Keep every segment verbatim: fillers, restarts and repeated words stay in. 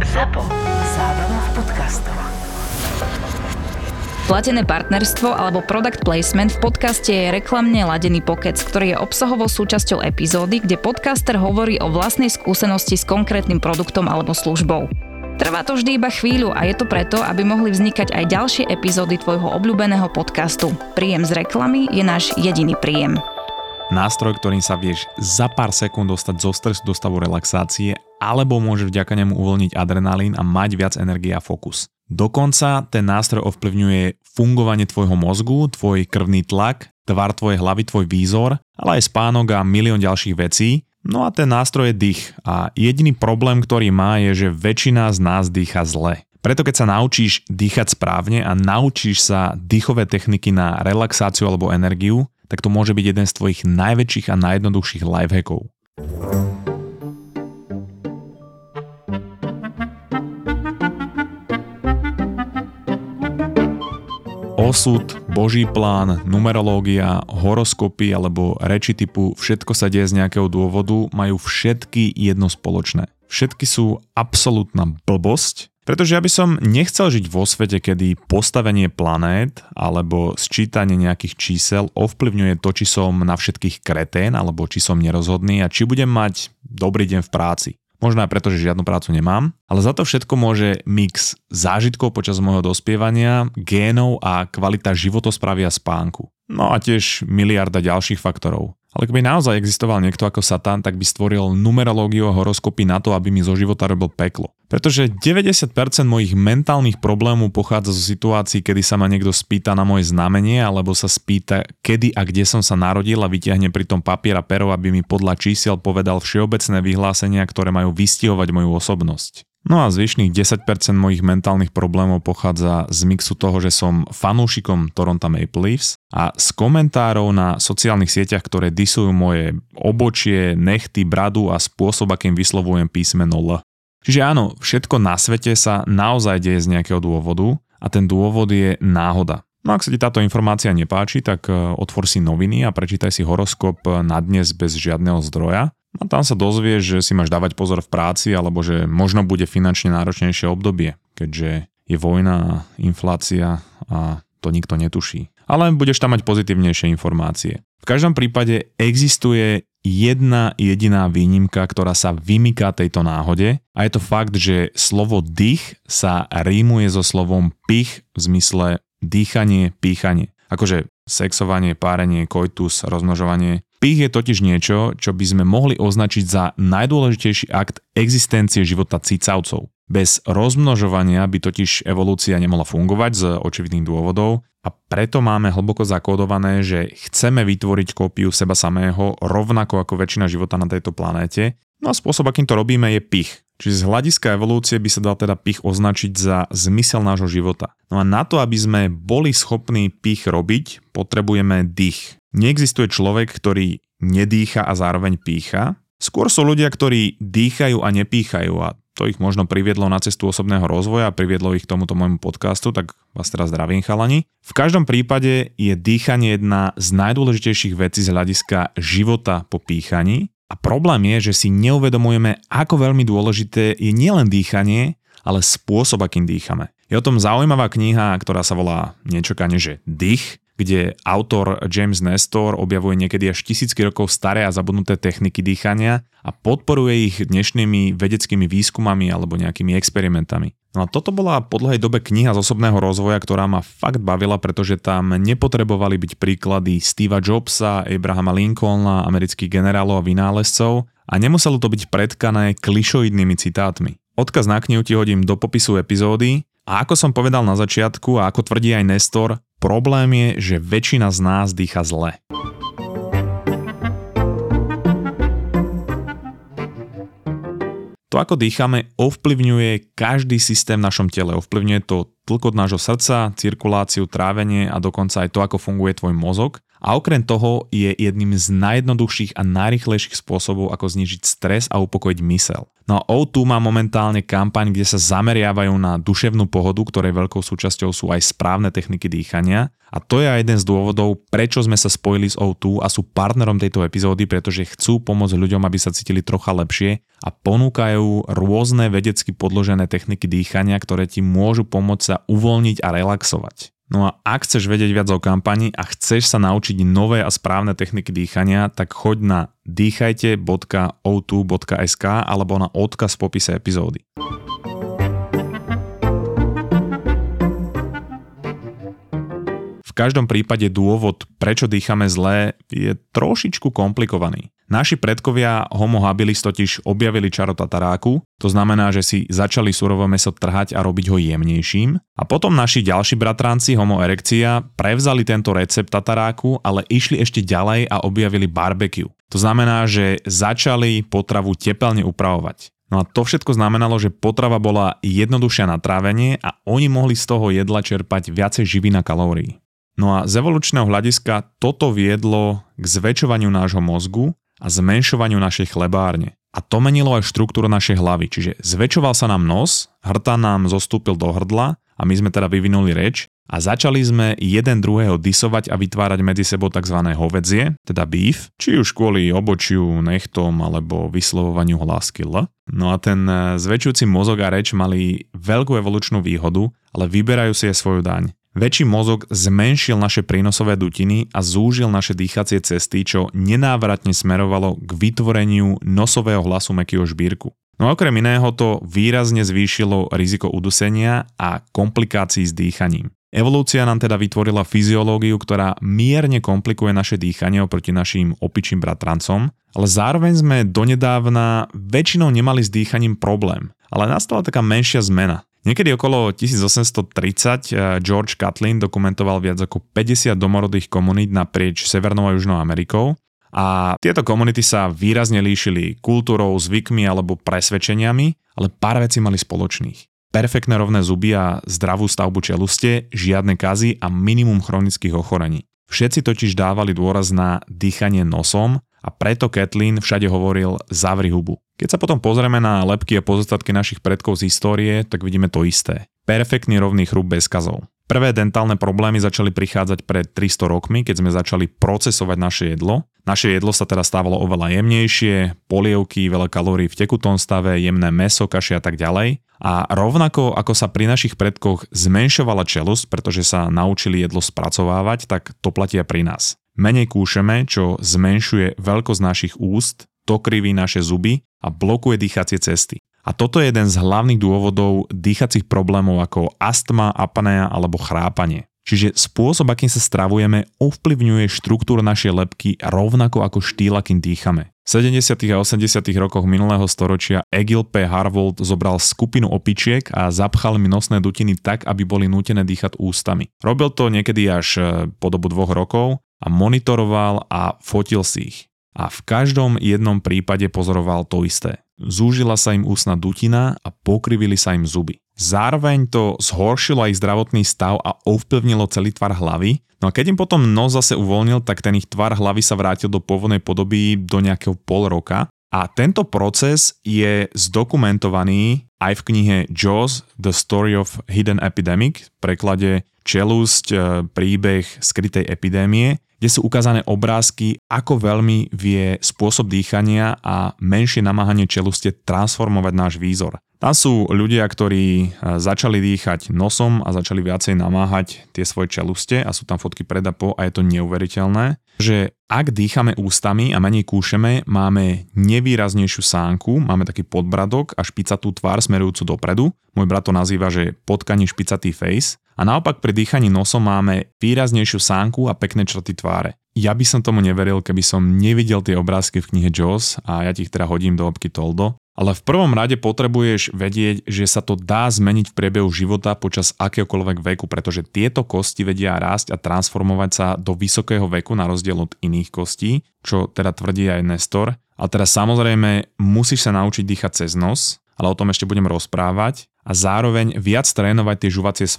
Zapo. Zábrná v podcastov. Platené partnerstvo alebo product placement v podcaste je reklamne ladený pokec, ktorý je obsahovou súčasťou epizódy, kde podcaster hovorí o vlastnej skúsenosti s konkrétnym produktom alebo službou. Trvá to vždy iba chvíľu a je to preto, aby mohli vznikať aj ďalšie epizódy tvojho obľúbeného podcastu. Príjem z reklamy je náš jediný príjem. Nástroj, ktorým sa vieš za pár sekúnd dostať zo stresu do stavu relaxácie, alebo môže vďaka nemu uvoľniť adrenalín a mať viac energie a fokus. Dokonca ten nástroj ovplyvňuje fungovanie tvojho mozgu, tvoj krvný tlak, tvar tvojej hlavy, tvoj výzor, ale aj spánok a milión ďalších vecí. No a ten nástroj je dých a jediný problém, ktorý má, je, že väčšina z nás dýcha zle. Preto keď sa naučíš dýchať správne a naučíš sa dýchové techniky na relaxáciu alebo energiu, tak to môže byť jeden z tvojich najväčších a najjednoduchších lifehackov. Osud, Boží plán, numerológia, horoskopy alebo reči typu všetko sa deje z nejakého dôvodu majú všetky jedno spoločné. Všetky sú absolútna blbosť, pretože ja by som nechcel žiť vo svete, kedy postavenie planét alebo sčítanie nejakých čísel ovplyvňuje to, či som na všetkých kretén alebo či som nerozhodný a či budem mať dobrý deň v práci. Možno aj preto, že žiadnu prácu nemám, ale za to všetko môže mix zážitkov počas môjho dospievania, génov a kvalita životosprávy a spánku. No a tiež miliarda ďalších faktorov. Ale keby naozaj existoval niekto ako Satan, tak by stvoril numerológiu a horoskopy na to, aby mi zo života robil peklo. Pretože deväťdesiat percent mojich mentálnych problémov pochádza zo situácií, kedy sa ma niekto spýta na moje znamenie, alebo sa spýta, kedy a kde som sa narodil a vytiahne pritom papier a pero, aby mi podľa čísiel povedal všeobecné vyhlásenia, ktoré majú vystihovať moju osobnosť. No a zvyšných desať percent mojich mentálnych problémov pochádza z mixu toho, že som fanúšikom Toronto Maple Leafs a z komentárov na sociálnych sieťach, ktoré disujú moje obočie, nechty, bradu a spôsob, akým vyslovujem písmeno L. Čiže áno, všetko na svete sa naozaj deje z nejakého dôvodu a ten dôvod je náhoda. No ak sa ti táto informácia nepáči, tak otvor si noviny a prečítaj si horoskop na dnes bez žiadneho zdroja. A tam sa dozvieš, že si máš dávať pozor v práci alebo že možno bude finančne náročnejšie obdobie, keďže je vojna, inflácia a to nikto netuší. Ale budeš tam mať pozitívnejšie informácie. V každom prípade existuje jedna jediná výnimka, ktorá sa vymyká tejto náhode a je to fakt, že slovo dých sa rímuje so slovom pich v zmysle dýchanie, pýchanie. Akože sexovanie, párenie, koitus, rozmnožovanie. Pich je totiž niečo, čo by sme mohli označiť za najdôležitejší akt existencie života cicavcov. Bez rozmnožovania by totiž evolúcia nemohla fungovať z očividných dôvodov a preto máme hlboko zakódované, že chceme vytvoriť kópiu seba samého rovnako ako väčšina života na tejto planéte. No a spôsob, akým to robíme, je pich. Čiže z hľadiska evolúcie by sa dal teda pich označiť za zmysel nášho života. No a na to, aby sme boli schopní pich robiť, potrebujeme dých. Neexistuje človek, ktorý nedýcha a zároveň pýcha. Skôr sú ľudia, ktorí dýchajú a nepýchajú a to ich možno priviedlo na cestu osobného rozvoja a priviedlo ich k tomuto môjmu podcastu, tak vás teraz zdravím chalani. V každom prípade je dýchanie jedna z najdôležitejších vecí z hľadiska života po pýchaní. A problém je, že si neuvedomujeme, ako veľmi dôležité je nielen dýchanie, ale spôsob, akým dýchame. Je o tom zaujímavá kniha, ktorá sa volá nečakane, že Dých, kde autor James Nestor objavuje niekedy až tisícky rokov staré a zabudnuté techniky dýchania a podporuje ich dnešnými vedeckými výskumami alebo nejakými experimentami. No a toto bola po dlhej dobe kniha z osobného rozvoja, ktorá ma fakt bavila, pretože tam nepotrebovali byť príklady Steva Jobsa, Abrahama Lincolna, amerických generálov a vynálezcov a nemuselo to byť predkané klišoidnými citátmi. Odkaz na knihu ti hodím do popisu epizódy a ako som povedal na začiatku a ako tvrdí aj Nestor, problém je, že väčšina z nás dýcha zle. To, ako dýchame, ovplyvňuje každý systém v našom tele. Ovplyvňuje to tlkot nášho srdca, cirkuláciu, trávenie a dokonca aj to, ako funguje tvoj mozog. a okrem toho je jedným z najjednoduchších a najrýchlejších spôsobov, ako znížiť stres a upokojiť myseľ. No a ó dva má momentálne kampaň, kde sa zameriavajú na duševnú pohodu, ktorej veľkou súčasťou sú aj správne techniky dýchania. A to je aj jeden z dôvodov, prečo sme sa spojili s ó dva a sú partnerom tejto epizódy, pretože chcú pomôcť ľuďom, aby sa cítili trocha lepšie a ponúkajú rôzne vedecky podložené techniky dýchania, ktoré ti môžu pomôcť sa uvoľniť a relaxovať. No a ak chceš vedieť viac o kampani a chceš sa naučiť nové a správne techniky dýchania, tak choď na dýchajte bodka ó dva bodka es ká alebo na odkaz v popise epizódy. V každom prípade dôvod, prečo dýchame zle, je trošičku komplikovaný. Naši predkovia Homo habilis totiž objavili čaro tataráku, to znamená, že si začali surové mäso trhať a robiť ho jemnejším. A potom naši ďalší bratranci Homo erectia prevzali tento recept tataráku, ale išli ešte ďalej a objavili barbecue. To znamená, že začali potravu tepelne upravovať. No a to všetko znamenalo, že potrava bola jednoduchšia na trávenie a oni mohli z toho jedla čerpať viacej živín a kalórií. No a z evolučného hľadiska toto viedlo k zväčšovaniu nášho mozgu a zmenšovaniu našej chlebárne. A to menilo aj štruktúru našej hlavy, čiže zväčšoval sa nám nos, hrtán nám zostúpil do hrdla a my sme teda vyvinuli reč a začali sme jeden druhého disovať a vytvárať medzi sebou tzv. Hovädzie, teda beef, či už kvôli obočiu, nechtom alebo vyslovovaniu hlásky L. No a ten zväčšujúci mozog a reč mali veľkú evolučnú výhodu, ale vyberajú si aj svoju daň. Väčší mozog zmenšil naše prínosové dutiny a zúžil naše dýchacie cesty, čo nenávratne smerovalo k vytvoreniu nosového hlasu mäkkého žbírku. No a okrem iného to výrazne zvýšilo riziko udusenia a komplikácií s dýchaním. Evolúcia nám teda vytvorila fyziológiu, ktorá mierne komplikuje naše dýchanie oproti našim opičím bratrancom, ale zároveň sme donedávna väčšinou nemali s dýchaním problém, ale nastala taká menšia zmena. Niekedy okolo tisícosemstotridsať George Catlin dokumentoval viac ako päťdesiat domorodých komunít naprieč Severnou a Južnou Amerikou a tieto komunity sa výrazne líšili kultúrou, zvykmi alebo presvedčeniami, ale pár vecí mali spoločných. Perfektné rovné zuby a zdravú stavbu čeluste, žiadne kazy a minimum chronických ochorení. Všetci totiž dávali dôraz na dýchanie nosom a preto Catlin všade hovoril zavri hubu. Keď sa potom pozrieme na lebky a pozostatky našich predkov z histórie, tak vidíme to isté. Perfektný rovný chrup bez kazov. Prvé dentálne problémy začali prichádzať pred tristo rokmi, keď sme začali procesovať naše jedlo. Naše jedlo sa teda stávalo oveľa jemnejšie, polievky, veľa kalórií v tekutom stave, jemné mäso, kaše a tak ďalej. A rovnako ako sa pri našich predkoch zmenšovala čelusť, pretože sa naučili jedlo spracovávať, tak to platí aj pri nás. Menej kúšeme, čo zmenšuje veľkosť našich úst, to kriví naše zuby a blokuje dýchacie cesty. A toto je jeden z hlavných dôvodov dýchacích problémov ako astma, apnea alebo chrápanie. Čiže spôsob, akým sa stravujeme, ovplyvňuje štruktúru našej lebky rovnako ako štýl, akým dýchame. V sedemdesiatych a osemdesiatych rokoch minulého storočia Egil P. Harvold zobral skupinu opičiek a zapchal im nosné dutiny tak, aby boli nútené dýchať ústami. Robil to niekedy až po dobu dvoch rokov a monitoroval a fotil si ich. A v každom jednom prípade pozoroval to isté. Zúžila sa im ústna dutina a pokrivili sa im zuby. Zároveň to zhoršilo ich zdravotný stav a ovplyvnilo celý tvar hlavy. No a keď im potom nos zase uvoľnil, tak ten ich tvar hlavy sa vrátil do pôvodnej podoby do nejakého pol roka. A tento proces je zdokumentovaný aj v knihe Jaws, The Story of Hidden Epidemic, v preklade Čelusť, príbeh skrytej epidémie, kde sú ukázané obrázky, ako veľmi vie spôsob dýchania a menšie namáhanie čeluste transformovať náš výzor. Tam sú ľudia, ktorí začali dýchať nosom a začali viacej namáhať tie svoje čeluste a sú tam fotky pred a po a je to neuveriteľné, že ak dýchame ústami a menej kúšeme, máme nevýraznejšiu sánku, máme taký podbradok a špicatú tvár smerujúcu dopredu. Môj brat to nazýva, že potkaný špicatý face. A naopak pri dýchaní nosom máme výraznejšiu sánku a pekné črty tváre. Ja by som tomu neveril, keby som nevidel tie obrázky v knihe Jaws a ja ti ich teda hodím do apky Toldo. Ale v prvom rade potrebuješ vedieť, že sa to dá zmeniť v priebehu života počas akéhokoľvek veku, pretože tieto kosti vedia rásť a transformovať sa do vysokého veku na rozdiel od iných kostí, čo teda tvrdí aj Nestor. A teraz samozrejme musíš sa naučiť dýchať cez nos, ale o tom ešte budem rozprávať, a zároveň viac trénovať tie žuvacie svaly.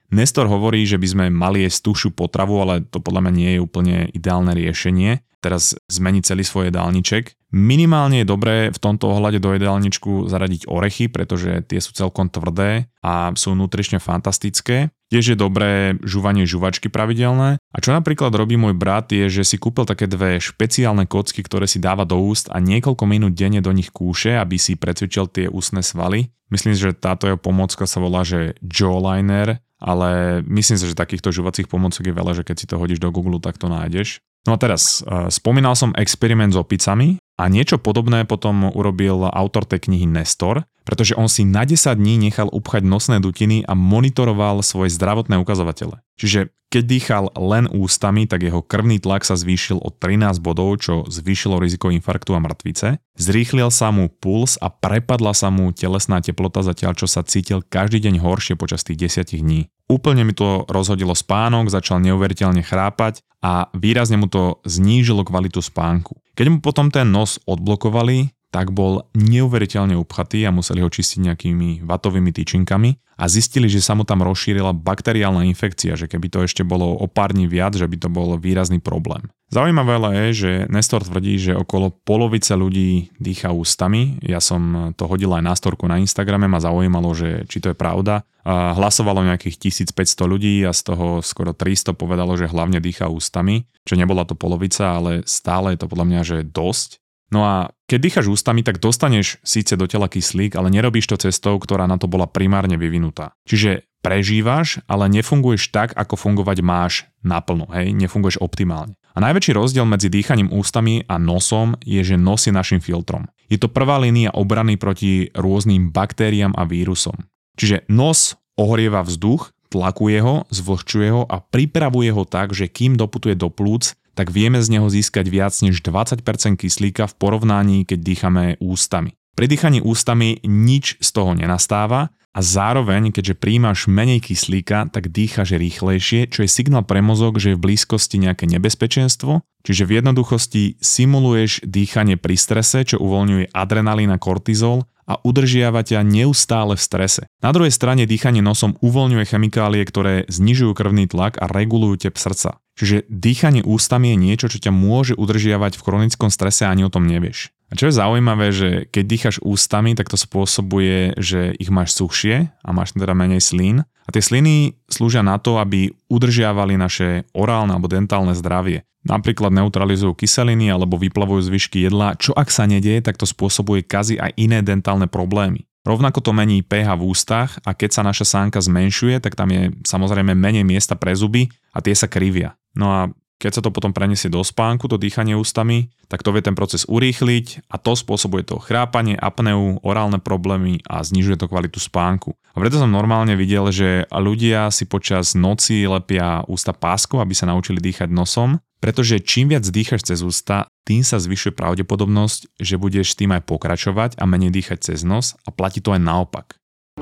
Nestor hovorí, že by sme mali jesť tušiu potravu, ale to podľa mňa nie je úplne ideálne riešenie. Teraz zmeniť celý svoj jedálniček. Minimálne je dobré v tomto ohľade do jedálničku zaradiť orechy, pretože tie sú celkom tvrdé a sú nutrične fantastické. Tiež je dobré žúvanie žuvačky pravidelné. A čo napríklad robí môj brat je, že si kúpil také dve špeciálne kocky, ktoré si dáva do úst a niekoľko minút denne do nich kúše, aby si precvičil tie ústne svaly. Myslím si, že táto jeho pomôcka sa volá, že Jawliner, ale myslím si, že takýchto žuvacích pomôcok je veľa, že keď si to hodíš do Google, tak to nájdeš. No a teraz, spomínal som experiment s opicami a niečo podobné potom urobil autor tej knihy Nestor, pretože on si na desať dní nechal upchať nosné dutiny a monitoroval svoje zdravotné ukazovatele. Čiže keď dýchal len ústami, tak jeho krvný tlak sa zvýšil o trinásť bodov, čo zvýšilo riziko infarktu a mŕtvice. Zrýchlil sa mu puls a prepadla sa mu telesná teplota, zatiaľ čo sa cítil každý deň horšie počas tých desiatich dní. Úplne mi to rozhodilo spánok, začal neuveriteľne chrápať a výrazne mu to znížilo kvalitu spánku. Keď mu potom ten nos odblokovali, tak bol neuveriteľne upchatý a museli ho čistiť nejakými vatovými tyčinkami a zistili, že sa mu tam rozšírila bakteriálna infekcia, že keby to ešte bolo o pár dní viac, že by to bol výrazný problém. Zaujímavé je, že Nestor tvrdí, že okolo polovice ľudí dýcha ústami. Ja som to hodil aj na storku na Instagrame, ma zaujímalo, že či to je pravda. Hlasovalo nejakých tisícpäťsto ľudí a z toho skoro tristo povedalo, že hlavne dýcha ústami, čo nebola to polovica, ale stále je to podľa mňa, že dosť. No a keď dýchaš ústami, tak dostaneš síce do tela kyslík, ale nerobíš to cestou, ktorá na to bola primárne vyvinutá. Čiže prežívaš, ale nefunguješ tak, ako fungovať máš naplno, hej, nefunguješ optimálne. A najväčší rozdiel medzi dýchaním ústami a nosom je, že nos je našim filtrom. Je to prvá línia obrany proti rôznym baktériám a vírusom. Čiže nos ohrieva vzduch, tlakuje ho, zvlhčuje ho a pripravuje ho tak, že kým doputuje do plúc, tak vieme z neho získať viac než dvadsať percent kyslíka v porovnaní, keď dýchame ústami. Pri dýchaní ústami nič z toho nenastáva a zároveň, keďže príjmaš menej kyslíka, tak dýchaš rýchlejšie, čo je signál pre mozog, že je v blízkosti nejaké nebezpečenstvo, čiže v jednoduchosti simuluješ dýchanie pri strese, čo uvoľňuje adrenalín a kortizol a udržiava ťa neustále v strese. Na druhej strane dýchanie nosom uvoľňuje chemikálie, ktoré znižujú krvný tlak a regulujú tep srdca. Čiže dýchanie ústami je niečo, čo ťa môže udržiavať v chronickom strese a ani o tom nevieš. A čo je zaujímavé, že keď dýchaš ústami, tak to spôsobuje, že ich máš suchšie a máš teda menej slín. A tie sliny slúžia na to, aby udržiavali naše orálne alebo dentálne zdravie. Napríklad neutralizujú kyseliny alebo vyplavujú zvyšky jedla, čo ak sa nedieje, tak to spôsobuje kazy aj iné dentálne problémy. Rovnako to mení pH v ústach a keď sa naša sánka zmenšuje, tak tam je samozrejme menej miesta pre zuby a tie sa krivia. No a keď sa to potom preniesie do spánku, to dýchanie ústami, tak to vie ten proces urýchliť a to spôsobuje to chrápanie, apneu, orálne problémy a znižuje to kvalitu spánku. A preto som normálne videl, že ľudia si počas noci lepia ústa páskou, aby sa naučili dýchať nosom, pretože čím viac dýchaš cez ústa, tým sa zvyšuje pravdepodobnosť, že budeš tým aj pokračovať a menej dýchať cez nos a platí to aj naopak.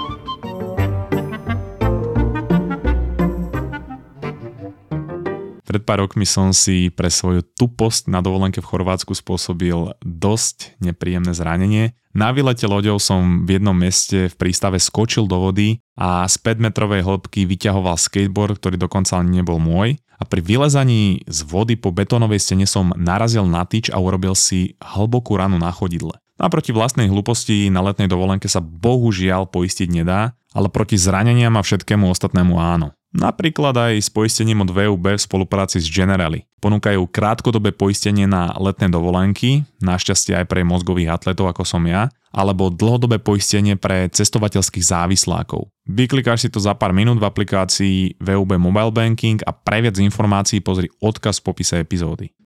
Pred pár rokmi som si pre svoju tuposť na dovolenke v Chorvátsku spôsobil dosť nepríjemné zranenie. Na výlete loďou som v jednom meste v prístave skočil do vody a z päťmetrovej hĺbky vyťahoval skateboard, ktorý dokonca ani nebol môj. A pri vylezaní z vody po betónovej stene som narazil na tyč a urobil si hlbokú ranu na chodidle. A proti vlastnej hlúposti na letnej dovolenke sa bohužiaľ poistiť nedá, ale proti zraneniam a všetkému ostatnému áno. Napríklad aj s poistením od vé ú bé v spolupráci s Generali. Ponúkajú krátkodobé poistenie na letné dovolenky, našťastie aj pre mozgových atletov ako som ja, alebo dlhodobé poistenie pre cestovateľských závislákov. Vyklikáš si to za pár minút v aplikácii vé ú bé Mobile Banking a pre viac informácií pozri odkaz v popise epizódy.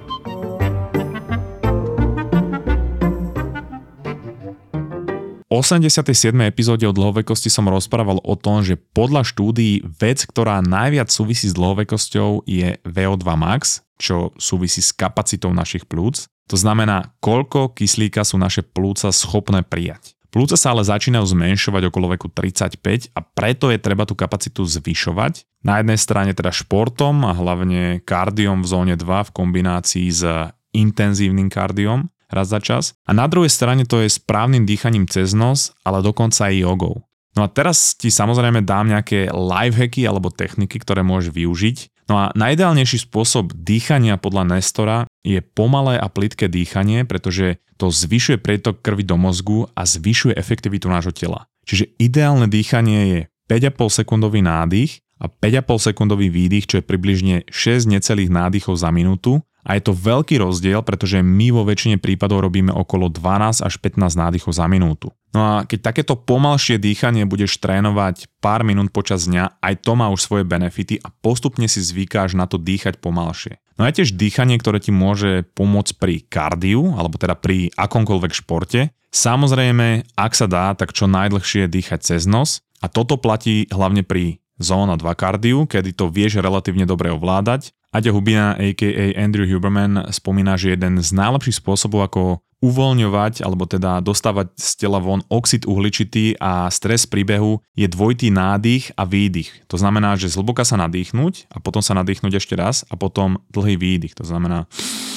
V osemdesiatej siedmej epizóde o dlhovekosti som rozprával o tom, že podľa štúdií vec, ktorá najviac súvisí s dlhovekosťou je vé ó dva max, čo súvisí s kapacitou našich plúc. To znamená, koľko kyslíka sú naše plúca schopné prijať. Plúca sa ale začínajú zmenšovať okolo veku tridsaťpäť a preto je treba tú kapacitu zvyšovať. Na jednej strane teda športom a hlavne kardiom v zóne dva v kombinácii s intenzívnym kardiom raz za čas. A na druhej strane to je správnym dýchaním cez nos, ale dokonca aj jogou. No a teraz ti samozrejme dám nejaké lifehacky alebo techniky, ktoré môžeš využiť. No a najideálnejší spôsob dýchania podľa Nestora je pomalé a plitké dýchanie, pretože to zvyšuje prietok krvi do mozgu a zvyšuje efektivitu nášho tela. Čiže ideálne dýchanie je päť a pol sekundový nádych a päť a pol sekundový výdych, čo je približne šesť necelých nádychov za minútu. A je to veľký rozdiel, pretože my vo väčšine prípadov robíme okolo dvanásť až pätnásť nádychov za minútu. No a keď takéto pomalšie dýchanie budeš trénovať pár minút počas dňa, aj to má už svoje benefity a postupne si zvykáš na to dýchať pomalšie. No a tiež dýchanie, ktoré ti môže pomôcť pri kardiu, alebo teda pri akomkoľvek športe. Samozrejme, ak sa dá, tak čo najdlhšie dýchať cez nos. A toto platí hlavne pri zóna dva kardiu, kedy to vieš relatívne dobre ovládať. Aďa Hubina, á ká á. Andrew Huberman, spomína, že jeden z najlepších spôsobov, ako uvoľňovať, alebo teda dostávať z tela von oxid uhličitý a stres príbehu, je dvojitý nádych a výdych. To znamená, že zhlboka sa nadýchnuť a potom sa nadýchnuť ešte raz a potom dlhý výdych. To znamená...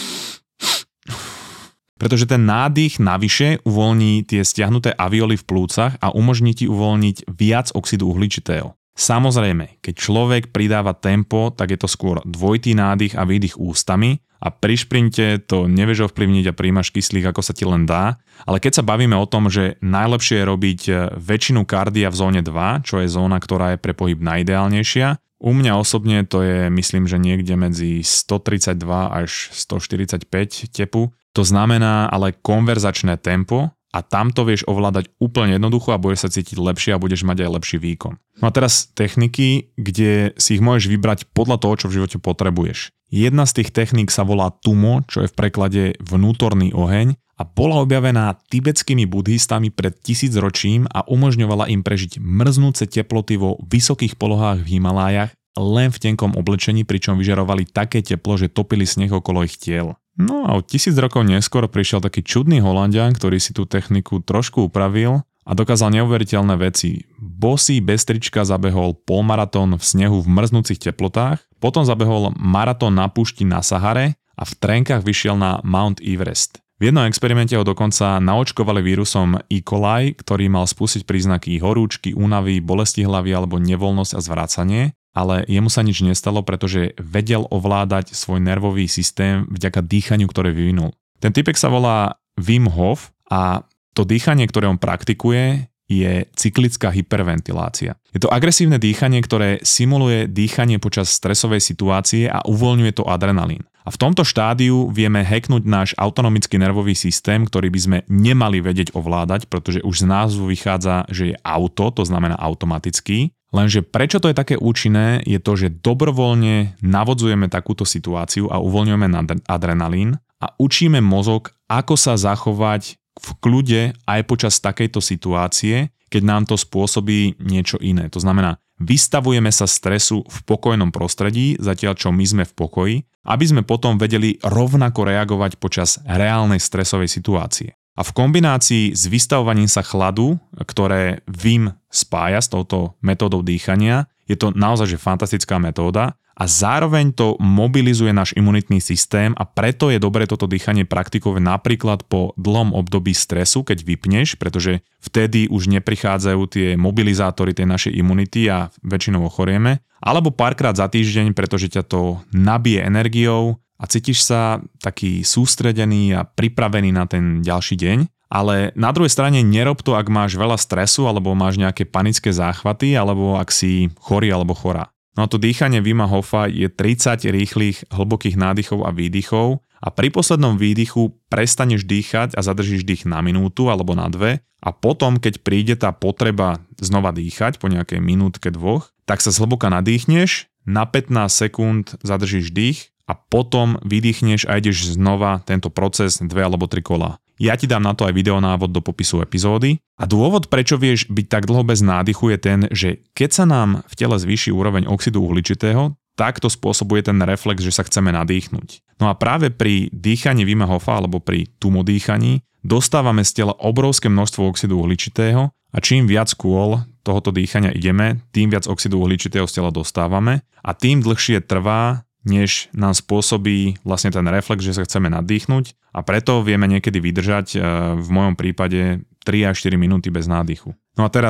Pretože ten nádych navyše uvoľní tie stiahnuté alveoly v plúcach a umožní ti uvoľniť viac oxidu uhličitého. Samozrejme, keď človek pridáva tempo, tak je to skôr dvojitý nádych a výdych ústami a pri šprinte to nevieš ovplyvniť a príjmaš kyslík, ako sa ti len dá. Ale keď sa bavíme o tom, že najlepšie je robiť väčšinu kardia v zóne dva, čo je zóna, ktorá je pre pohyb najideálnejšia, u mňa osobne to je, myslím, že niekde medzi stotridsaťdva až stoštyridsaťpäť tepu. To znamená ale konverzačné tempo, a tam to vieš ovládať úplne jednoducho a budeš sa cítiť lepšie a budeš mať aj lepší výkon. No a teraz techniky, kde si ich môžeš vybrať podľa toho, čo v živote potrebuješ. Jedna z tých techník sa volá Tumo, čo je v preklade vnútorný oheň a bola objavená tibetskými budhistami pred tisícročím a umožňovala im prežiť mrznúce teploty vo vysokých polohách v Himalájach len v tenkom oblečení, pričom vyžarovali také teplo, že topili sneh okolo ich tiel. No a o tisíc rokov neskôr prišiel taký čudný Holanďan, ktorý si tú techniku trošku upravil a dokázal neuveriteľné veci. Bosý bez trička zabehol polmaratón v snehu v mrznúcich teplotách, potom zabehol maratón na púšti na Sahare a v trenkách vyšiel na Mount Everest. V jednom experimente ho dokonca naočkovali vírusom E. coli, ktorý mal spustiť príznaky horúčky, únavy, bolesti hlavy alebo nevoľnosť a zvracanie. Ale jemu sa nič nestalo, pretože vedel ovládať svoj nervový systém vďaka dýchaniu, ktoré vyvinul. Ten typek sa volá Wim Hof a to dýchanie, ktoré on praktikuje, je cyklická hyperventilácia. Je to agresívne dýchanie, ktoré simuluje dýchanie počas stresovej situácie a uvoľňuje to adrenalín. A v tomto štádiu vieme hacknúť náš autonomický nervový systém, ktorý by sme nemali vedieť ovládať, pretože už z názvu vychádza, že je auto, to znamená automatický. Lenže prečo to je také účinné, je to, že dobrovoľne navodzujeme takúto situáciu a uvoľňujeme adrenalín a učíme mozog, ako sa zachovať v kľude aj počas takejto situácie, keď nám to spôsobí niečo iné. To znamená, vystavujeme sa stresu v pokojnom prostredí, zatiaľ čo my sme v pokoji, aby sme potom vedeli rovnako reagovať počas reálnej stresovej situácie. A v kombinácii s vystavovaním sa chladu, ktoré Wim spája s touto metódou dýchania, je to naozaj že fantastická metóda a zároveň to mobilizuje náš imunitný systém a preto je dobré toto dýchanie praktikovať napríklad po dlhom období stresu, keď vypneš, pretože vtedy už neprichádzajú tie mobilizátory tej našej imunity a väčšinou ochorieme, alebo párkrát za týždeň, pretože ťa to nabije energiou a cítiš sa taký sústredený a pripravený na ten ďalší deň. Ale na druhej strane nerob to, ak máš veľa stresu alebo máš nejaké panické záchvaty alebo ak si chorý alebo chorá. No a to dýchanie Wima Hofa je tridsať rýchlych hlbokých nádychov a výdychov a pri poslednom výdychu prestaneš dýchať a zadržíš dých na minútu alebo na dve a potom, keď príde tá potreba znova dýchať po nejakej minútke dvoch, tak sa zhlboka nadýchneš, na pätnásť sekúnd zadržíš dých a potom vydýchneš a ideš znova tento proces dve alebo tri kola. Ja ti dám na to aj videonávod do popisu epizódy. A dôvod, prečo vieš byť tak dlho bez nádychu, je ten, že keď sa nám v tele zvýši úroveň oxidu uhličitého, tak to spôsobuje ten reflex, že sa chceme nadýchnuť. No a práve pri dýchaní Wima Hofa alebo pri tumodýchaní dostávame z tela obrovské množstvo oxidu uhličitého a čím viac kôl tohoto dýchania ideme, tým viac oxidu uhličitého z tela dostávame a tým dlhšie trvá, než nám spôsobí vlastne ten reflex, že sa chceme nadýchnuť a preto vieme niekedy vydržať v mojom prípade tri až štyri minúty bez nádychu. No a teraz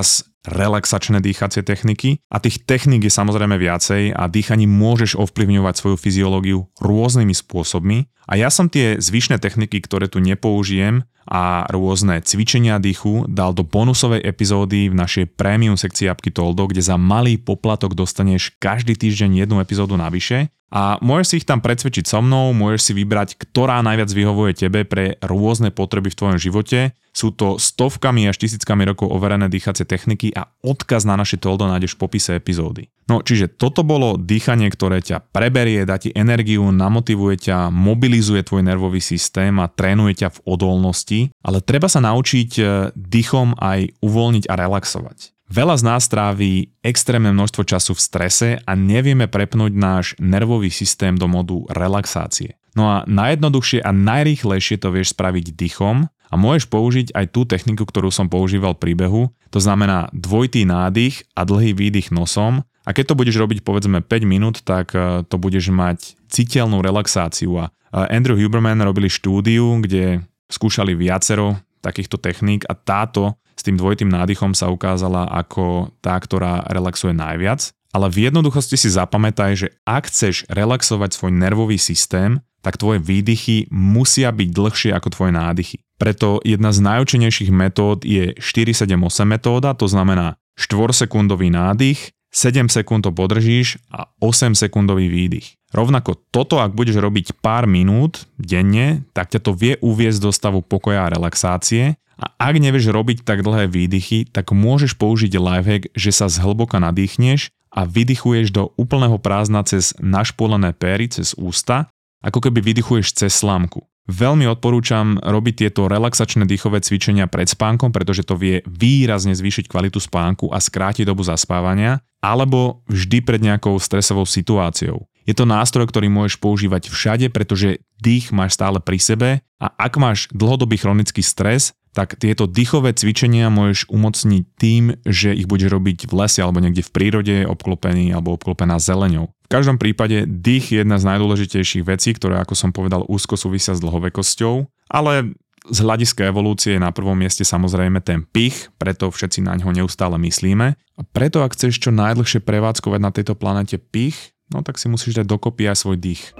relaxačné dýchacie techniky a tých techník je samozrejme viacej a dýchaním môžeš ovplyvňovať svoju fyziológiu rôznymi spôsobmi a ja som tie zvyšné techniky, ktoré tu nepoužijem a rôzne cvičenia dýchu dal do bonusovej epizódy v našej premium sekcii apky Toldo, kde za malý poplatok dostaneš každý týždeň jednu epizódu navyše a môžeš si ich tam precvičiť so mnou, môžeš si vybrať, ktorá najviac vyhovuje tebe pre rôzne potreby v tvojom živote. Sú to stovkami až tisíckami rokov overené dýchacie techniky a odkaz na naše Toldo nájdeš v popise epizódy. No čiže toto bolo dýchanie, ktoré ťa preberie, dá ti energiu, namotivuje ťa, mobilizuje tvoj nervový systém a trénuje ťa v odolnosti, ale treba sa naučiť dýchom aj uvoľniť a relaxovať. Veľa z nás tráví extrémne množstvo času v strese a nevieme prepnúť náš nervový systém do modu relaxácie. No a najjednoduchšie a najrýchlejšie to vieš spraviť dýchom a môžeš použiť aj tú techniku, ktorú som používal pri behu, to znamená dvojitý nádych a dlhý výdych nosom a keď to budeš robiť povedzme päť minút, tak to budeš mať citeľnú relaxáciu a Andrew Huberman robili štúdiu, kde skúšali viacero takýchto techník a táto s tým dvojitým nádychom sa ukázala ako tá, ktorá relaxuje najviac. Ale v jednoduchosti si zapamätaj, že ak chceš relaxovať svoj nervový systém, tak tvoje výdychy musia byť dlhšie ako tvoje nádychy. Preto jedna z najúčinnejších metód je štyri sedem osem metóda, to znamená štvorsekundový nádych, sedem sekúnd to podržíš a osem sekundový výdych. Rovnako toto, ak budeš robiť pár minút denne, tak ťa to vie uviesť do stavu pokoja a relaxácie. A ak nevieš robiť tak dlhé výdychy, tak môžeš použiť lifehack, že sa zhlboka nadýchneš a vydychuješ do úplného prázdna cez našpolené péry, cez ústa, ako keby vydychuješ cez slámku. Veľmi odporúčam robiť tieto relaxačné dýchové cvičenia pred spánkom, pretože to vie výrazne zvýšiť kvalitu spánku a skrátiť dobu zaspávania, alebo vždy pred nejakou stresovou situáciou. Je to nástroj, ktorý môžeš používať všade, pretože dých máš stále pri sebe a ak máš dlhodobý chronický stres, tak tieto dýchové cvičenia môžeš umocniť tým, že ich budeš robiť v lese alebo niekde v prírode, obklopený alebo obklopená zeleňou. V každom prípade dých je jedna z najdôležitejších vecí, ktoré, ako som povedal, úzko súvisia s dlhovekosťou, ale z hľadiska evolúcie je na prvom mieste samozrejme ten pych, preto všetci na ňo neustále myslíme. A preto, ak chceš čo najdlhšie prevádzkovať na tejto planete pych, no tak si musíš dať dokopy aj svoj dých.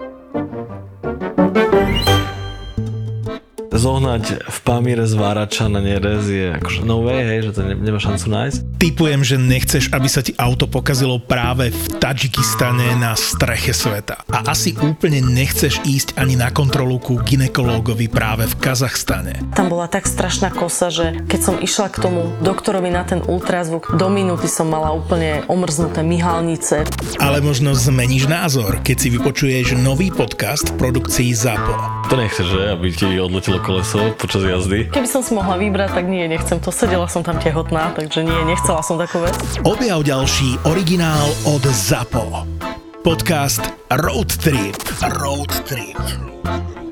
Zohnať v Pamíre zvárača na nerez je akože no way, hej, že to ne, nemá šancu nájsť. Tipujem, že nechceš, aby sa ti auto pokazilo práve v Tadžikistane na streche sveta. A asi úplne nechceš ísť ani na kontrolu ku gynekológovi práve v Kazachstane. Tam bola tak strašná kosa, že keď som išla k tomu doktorovi na ten ultrazvuk, do minúty som mala úplne omrznuté myhalnice. Ale možno zmeníš názor, keď si vypočuješ nový podcast v produkcii ZAPO. To nechceš, že? Aby ti odletelo koleso počas jazdy? Keby som si mohla vybrať, tak nie, nechcem to. Sedela som tam tehotná, takže nie, nechcela som takú vec. Objav ďalší originál od ZAPO. Podcast Road Trip. Road Trip.